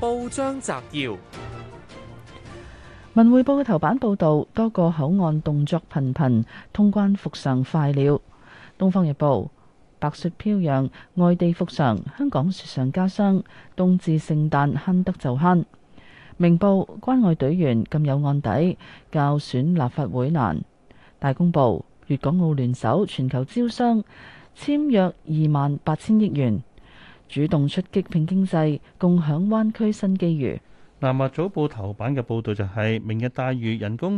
報章摘要： 文匯報嘅頭版報道，多個口岸動作頻頻，通關復常快了。東方日報，白雪飄揚，外地復常，香港雪上加霜，冬至聖誕慳得就慳。明報，關愛隊員咁有案底，較選立法會難。大公報，粵港澳聯手全球招商，簽約28,000億元，主動出擊拼經濟，共享灣區新機遇。 南華早報頭版嘅報導就係明日大嶼人工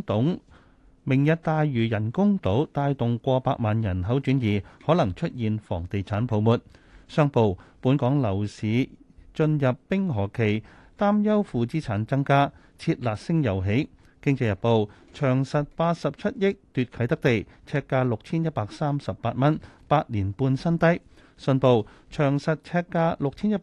島帶動過百萬人口轉移，可能出現房地產泡沫。商報，本港樓市進入冰河期，擔憂負資產增加，撤辣聲又起。經濟日報，長實87億奪啟德地，尺價6,138蚊，8年半新低。信報，長實尺價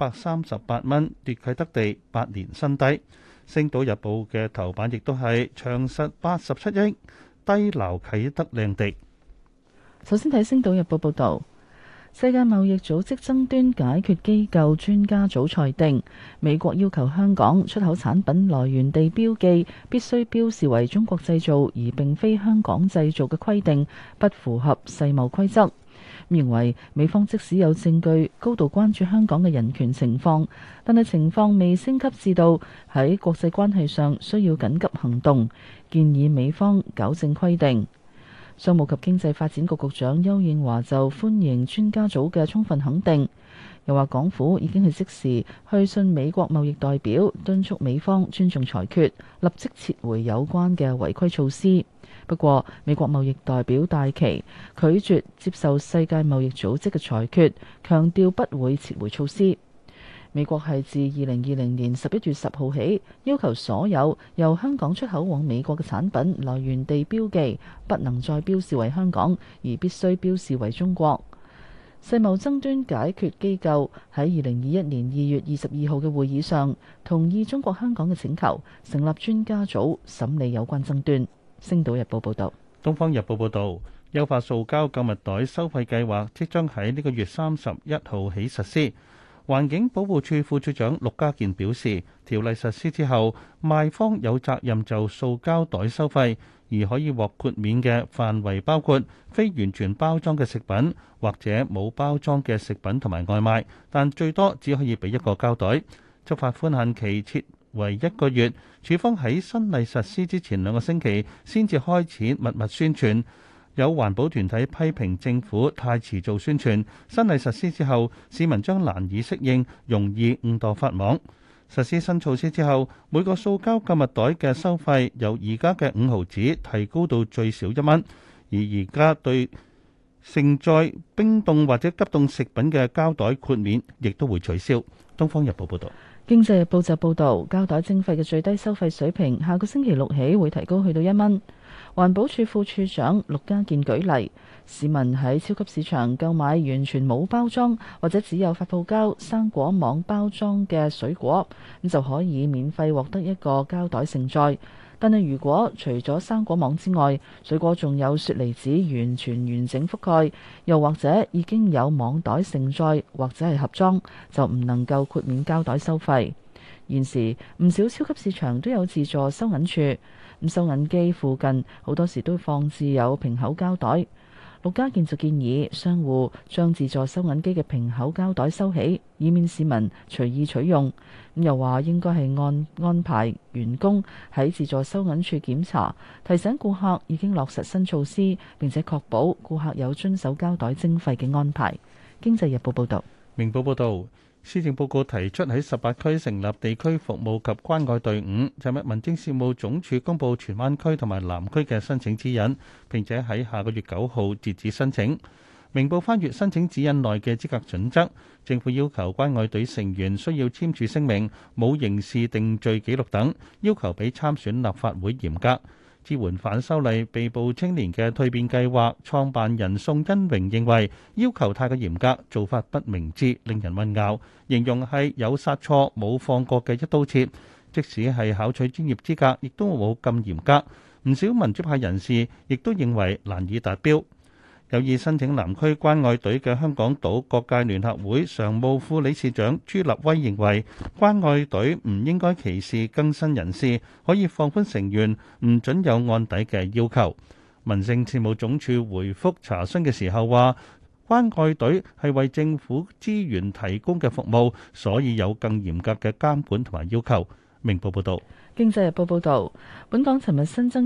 6,138蚊奪啟德地，8年新低。星島日報嘅頭版亦都係長實87億低撈啟德靚地。 首先睇星島日報報導，世界貿易組織爭端解決機構專家組裁定，美國要求香港出口產品來源地標記必須標示為中國製造而並非香港製造嘅規定，不符合世貿規則。認為美方即使有證據高度關注香港嘅人權情況，但係情況未升級至到喺國際關係上需要緊急行動，建議美方糾正規定。商務及經濟發展局局長邱應華就歡迎專家組嘅充分肯定，又話港府已經係即時去信美國貿易代表，敦促美方尊重裁決，立即撤回有關嘅違規措施。不過，美國貿易代表戴琪拒絕接受世界貿易組織嘅裁決，強調不會撤回措施。美國係自2020年11月10號起，要求所有由香港出口往美國嘅產品來源地標記不能再標示為香港，而必須標示為中國。世貿爭端解決機構喺2021年2月22號嘅會議上，同意中國香港嘅請求，成立專家組審理有關爭端。星島日報報道。 東方日報報導，優化塑膠購物袋收費計劃即將喺呢個月31號起實施。環境保護署副署長陸家健表示，條例實施之後，賣方有責任就塑膠袋收費，而可以獲豁免嘅範圍包括非完全包裝嘅食品或者冇包裝嘅食品同埋外賣，但最多只可以俾一個膠袋。執法寬限期設為1個月，署方喺新例實施之前2個星期先至開始密密宣傳。有環保團體批評政府太遲做宣傳，新例實施之後，市民將難以適應，容易誤墮法網。實施新措施之後，每個塑膠購物袋嘅收費由而家嘅5毫紙提高到最少1蚊，而家對盛載冰凍或者急凍食品嘅膠袋豁免亦都會取消。《東方日報》報道。 《經濟日報》就報導，膠袋徵費嘅最低收費水平下個星期六起會提高去到1蚊。環保署副署長陸家健舉例，市民喺超級市場購買完全冇包裝或者只有發泡膠生果網包裝嘅水果，咁就可以免費獲得一個膠袋盛載。但係如果除咗生果網之外，水果仲有雪梨紙完整覆蓋，又或者已經有網袋盛載或者係盒裝，就唔能夠豁免膠袋收費。現時唔少超級市場都有自助收銀處，咁收銀機附近好多時都放置有平口膠袋。陸家健就建議商戶將自助收銀機嘅平口膠袋收起，以免市民隨意取用。咁又話應該係安排員工喺自助收銀處檢查，提醒顧客已經落實新措施，並且確保顧客有遵守膠袋徵費嘅安排。經濟日報報道。 明報報導。施政報告提出喺18區成立地區服務及關愛隊伍。尋日民政事務總署公布荃灣區同埋南區嘅申請指引，並且喺下個月9號截止申請。明報翻閱申請指引內嘅資格準則，政府要求關愛隊成員需要簽署聲明，冇刑事定罪記錄等，要求比參選立法會嚴格。支援反修例被捕青年嘅蛻變計劃創辦人宋恩榮認為要求太過嚴格，做法不明智，令人混淆，形容係有殺錯冇放過嘅一刀切。即使係考取專業資格，亦都冇咁嚴格。唔少民主派人士亦都認為難以達標。 有意申請南區關愛隊嘅香港島各界聯合會常務副理事長朱立威認為，關愛隊唔應該歧視更新人士，可以放寬成員唔準有案底嘅要求。民政事務總署回覆查詢嘅時候話，關愛隊係為政府資源提供嘅服務，所以有更嚴格嘅監管同埋要求。明報報導。 經濟日報報導，本港尋日新增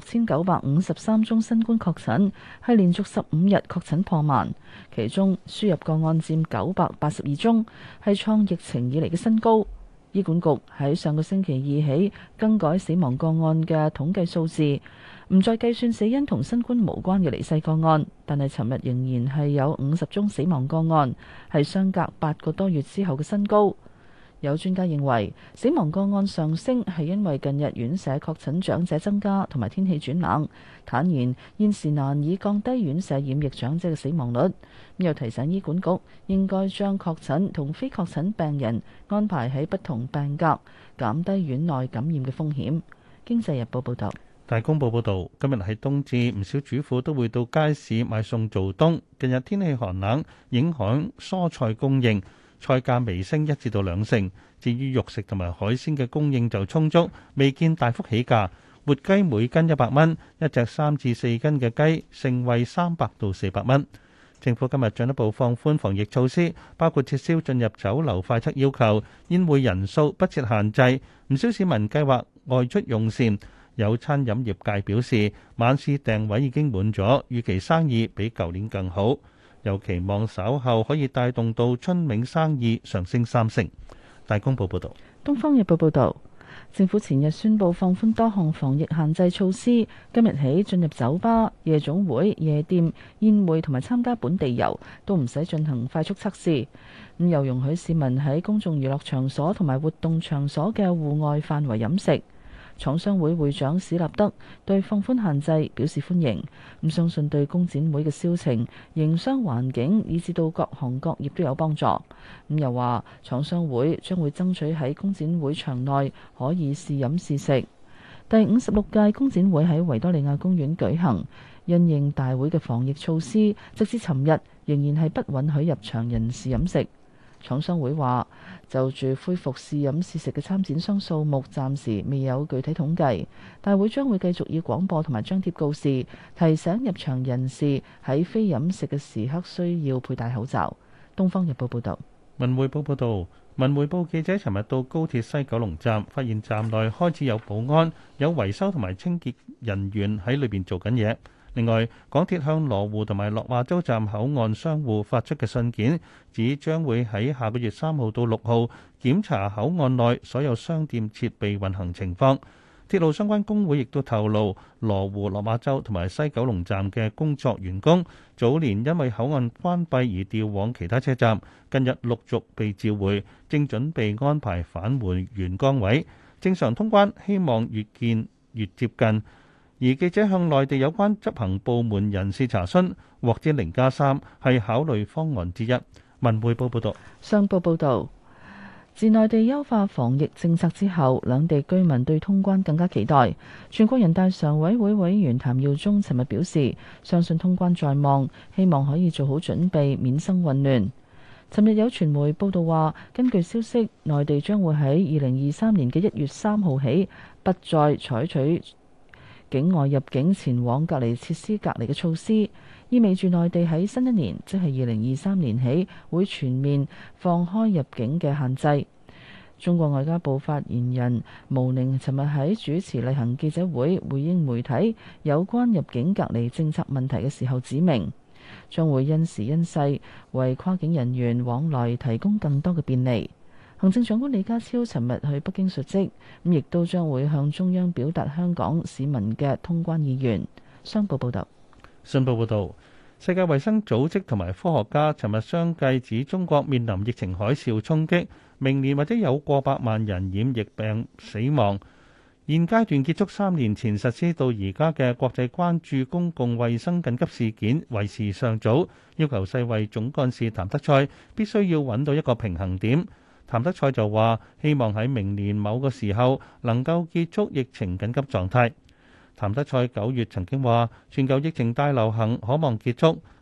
16,953宗新冠確診，係連續15日確診破萬，其中輸入個案佔982宗，係創疫情以嚟嘅新高。醫管局喺上個星期二起更改死亡個案嘅統計數字，唔再計算死因同新冠無關嘅離世個案，但係尋日仍然係有50宗死亡個案，係相隔8個多月之後嘅新高。有專家認為，死亡個案上升係因為近日院舍確診長者增加同埋天氣轉冷，坦言現時難以降低院舍染疫長者嘅死亡率。又提醒醫管局應該將確診同非確診病人安排喺不同病格，減低院內感染嘅風險。經濟日報報導。 大公報報導，今日係冬至，唔少主婦都會到街市買餸做冬。近日天氣寒冷，影響蔬菜供應。菜價微升1至2成，至於肉食同埋海鮮嘅供應就充足，未見大幅起價。活雞每斤100蚊，一隻3至4斤嘅雞盛為300到400蚊。政府今日進一步放寬防疫措施，包括撤銷進入酒樓快測要求，宴會人數不設限制。唔少市民計劃外出用膳。有餐飲業界表示，晚市訂位已經滿咗，預期生意比舊年更好。又期望稍後可以帶動到春茗生意上升3成。大公報報導。 東方日報報導，政府前日宣布放寬多項防疫限制措施，今日起進入酒吧、夜總會、夜店、宴會同埋參加本地遊都唔使進行快速測試。咁又容許市民喺公眾娛樂場所同埋活動場所嘅戶外範圍飲食。廠商會會長史立德對放寬限制表示歡迎，咁相信對工展會嘅銷情、營商環境以至到各行各業都有幫助。咁又話廠商會將會爭取喺工展會場內可以試飲試食。第56屆工展會喺維多利亞公園舉行，因應大會嘅防疫措施，直至尋日仍然係不允許入場人士飲食。廠商會話就住恢復試飲試食嘅參展商數目，暫時未有具體統計。大會將會繼續以廣播同埋張貼告示，提醒入場人士喺非飲食嘅時刻需要佩戴口罩。《東方日報》報道。 文匯報報道，文匯報記者尋日到高鐵西九龍站，發現站內開始有保安、有維修同埋清潔人員喺裏邊做緊嘢。另外，港鐵向羅湖同埋落馬洲站口岸商戶發出嘅信件，指將會喺下個月3號到6號檢查口岸內所有商店設備運行情況。鐵路相關工會亦都透露，羅湖、落馬洲同埋西九龍站嘅工作員工，早年因為口岸關閉而調往其他車站，近日陸續被召回，正準備安排返回原崗位，正常通關，希望越見越接近。而記者向內地有關執行部門人士查詢，獲知0+3係考慮方案之一。文匯報報道。 商報報導，自內地優化防疫政策之後，兩地居民對通關更加期待。全國人大常委會委員譚耀宗尋日表示，相信通關在望，希望可以做好準備，免生混亂。尋日有傳媒報道話，根據消息，內地將會喺2023年嘅1月3號起，不再採取境外入境前往隔離設施隔離嘅措施，意味住內地喺新一年，即係2023年起，會全面放開入境嘅限制。中國外交部發言人毛寧尋日喺主持例行記者會回應媒體有關入境隔離政策問題嘅時候，指明將會因時因勢為跨境人員往來提供更多嘅便利。行政長官李家超尋日去北京述職，咁亦都將會向中央表達香港市民嘅通關意願。商報報道。 信報報導，世界衛生組織同埋科學家尋日相繼指中國面臨疫情海嘯衝擊，明年或者有過百萬人染疫病死亡。現階段結束3年前實施到而家嘅國際關注公共衛生緊急事件為時尚早，要求世衛總幹事譚德塞必須要揾到一個平衡點。譚德塞就話：希望喺明年某個時候能夠結束疫情緊急狀態。譚德塞9月曾經話：全球疫情大流行可望結束，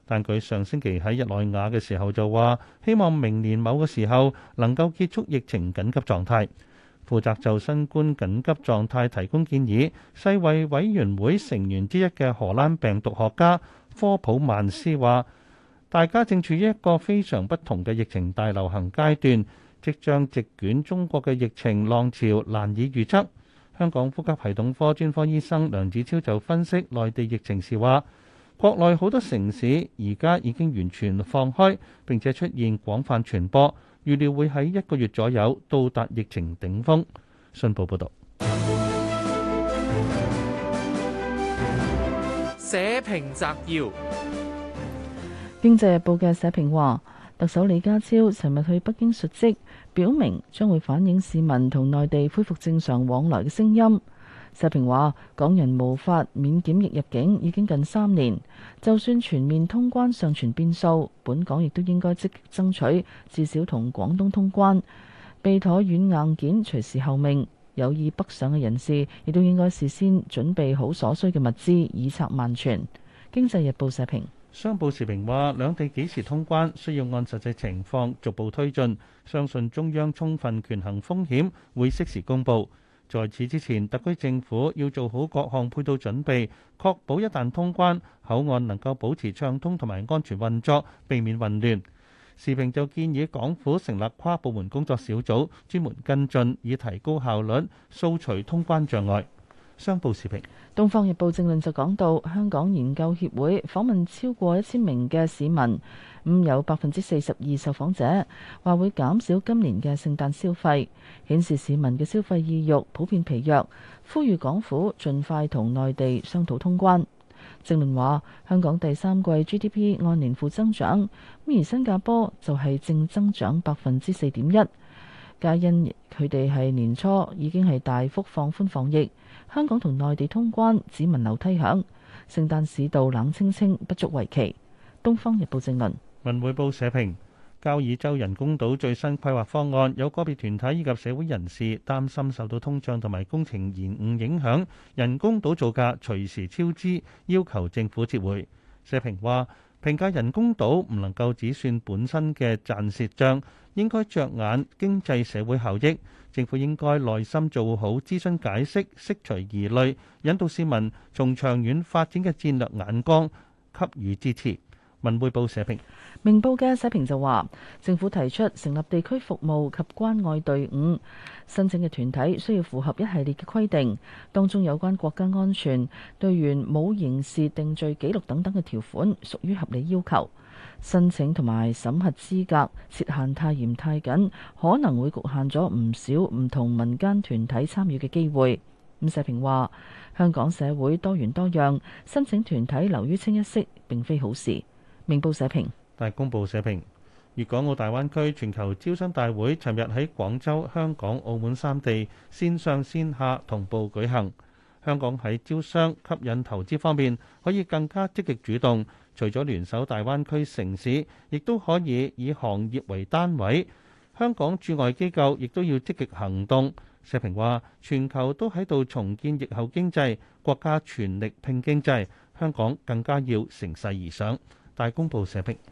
但佢上星期喺日內瓦嘅時候就話，希望明年某個時候能夠結束疫情緊急狀態。負責就新冠緊急狀態提供建議，世衛委員會成員之一嘅荷蘭病毒學家科普曼斯話，大家正處於一個非常不同嘅疫情大流行階段，即將席捲中國嘅疫情浪潮難以預測。香港呼吸系統科專科醫生梁子超就分析內地疫情時話，國內好多城市而家已經完全放開，並且出現廣泛傳播，預料會喺1個月左右到達疫情頂峰。信報報導。 社評摘要： 經濟日報嘅社評話，特首李家超尋日去北京述職，表明將會反映市民同內地恢復正常往來嘅聲音。社評話，港人無法免檢疫入境已經近3年，就算全面通關尚存變數，本港亦都應該積極爭取至少同廣東通關，備妥軟硬件隨時候命。有意北上嘅人士亦都應該事先準備好所需嘅物資，以策萬全。經濟日報社評。 商報時評話，兩地幾時通關需要按實際情況逐步推進，相信中央充分權衡風險，會適時公佈。在此之前，特區政府要做好各項配套準備，確保一旦通關，口岸能夠保持暢通同埋安全運作，避免混亂。時評就建議港府成立跨部門工作小組，專門跟進，以提高效率，掃除通關障礙。商報時評。《 東方日報》正論就講到，香港研究協會訪問超過1000名嘅市民，有42%受訪者話會減少今年嘅聖誕消費，顯示市民嘅消費意欲普遍疲弱，呼籲港府盡快同內地商討通關。正論話，香港第3季 GDP 按年負增長，而新加坡就係正增長4.1%，皆因佢哋係年初已經係大幅放寬防疫。香港同內地通關只聞樓梯響，聖誕市道冷清清，不足為奇。東方日報正論。 文匯報社評，交椅洲人工島最新規劃方案，有個別團體以及社會人士擔心受到通脹同埋工程延誤影響，人工島造價隨時超支，要求政府撤回。社評話，評價人工島唔能夠只算本身嘅賺蝕帳，應該着眼經濟社會效益。政府應該耐心做好諮詢解釋，釋除疑慮，引導市民從長遠發展嘅戰略眼光給予支持。文匯報社評。 明報嘅社評就話，政府提出成立地區服務及關愛隊伍，申請嘅團體需要符合一系列嘅規定，當中有關國家安全、隊員冇刑事定罪記錄等等嘅條款屬於合理要求。申請同埋審核資格設限太嚴太緊，可能會局限咗唔少唔同民間團體參與嘅機會。社評話，香港社會多元多樣，申請團體流於清一色並非好事。明報社評。 大公報社評，粵港澳大灣區全球招商大會尋日喺廣州、香港、澳門3地線上線下同步舉行。香港喺招商、吸引投資方面可以更加積極主動，除咗聯手大灣區城市，亦都可以以行業為單位。香港駐外機構亦都要積極行動。社評話，全球都喺度重建疫後經濟，國家全力拼經濟，香港更加要乘勢而上。大公報社評。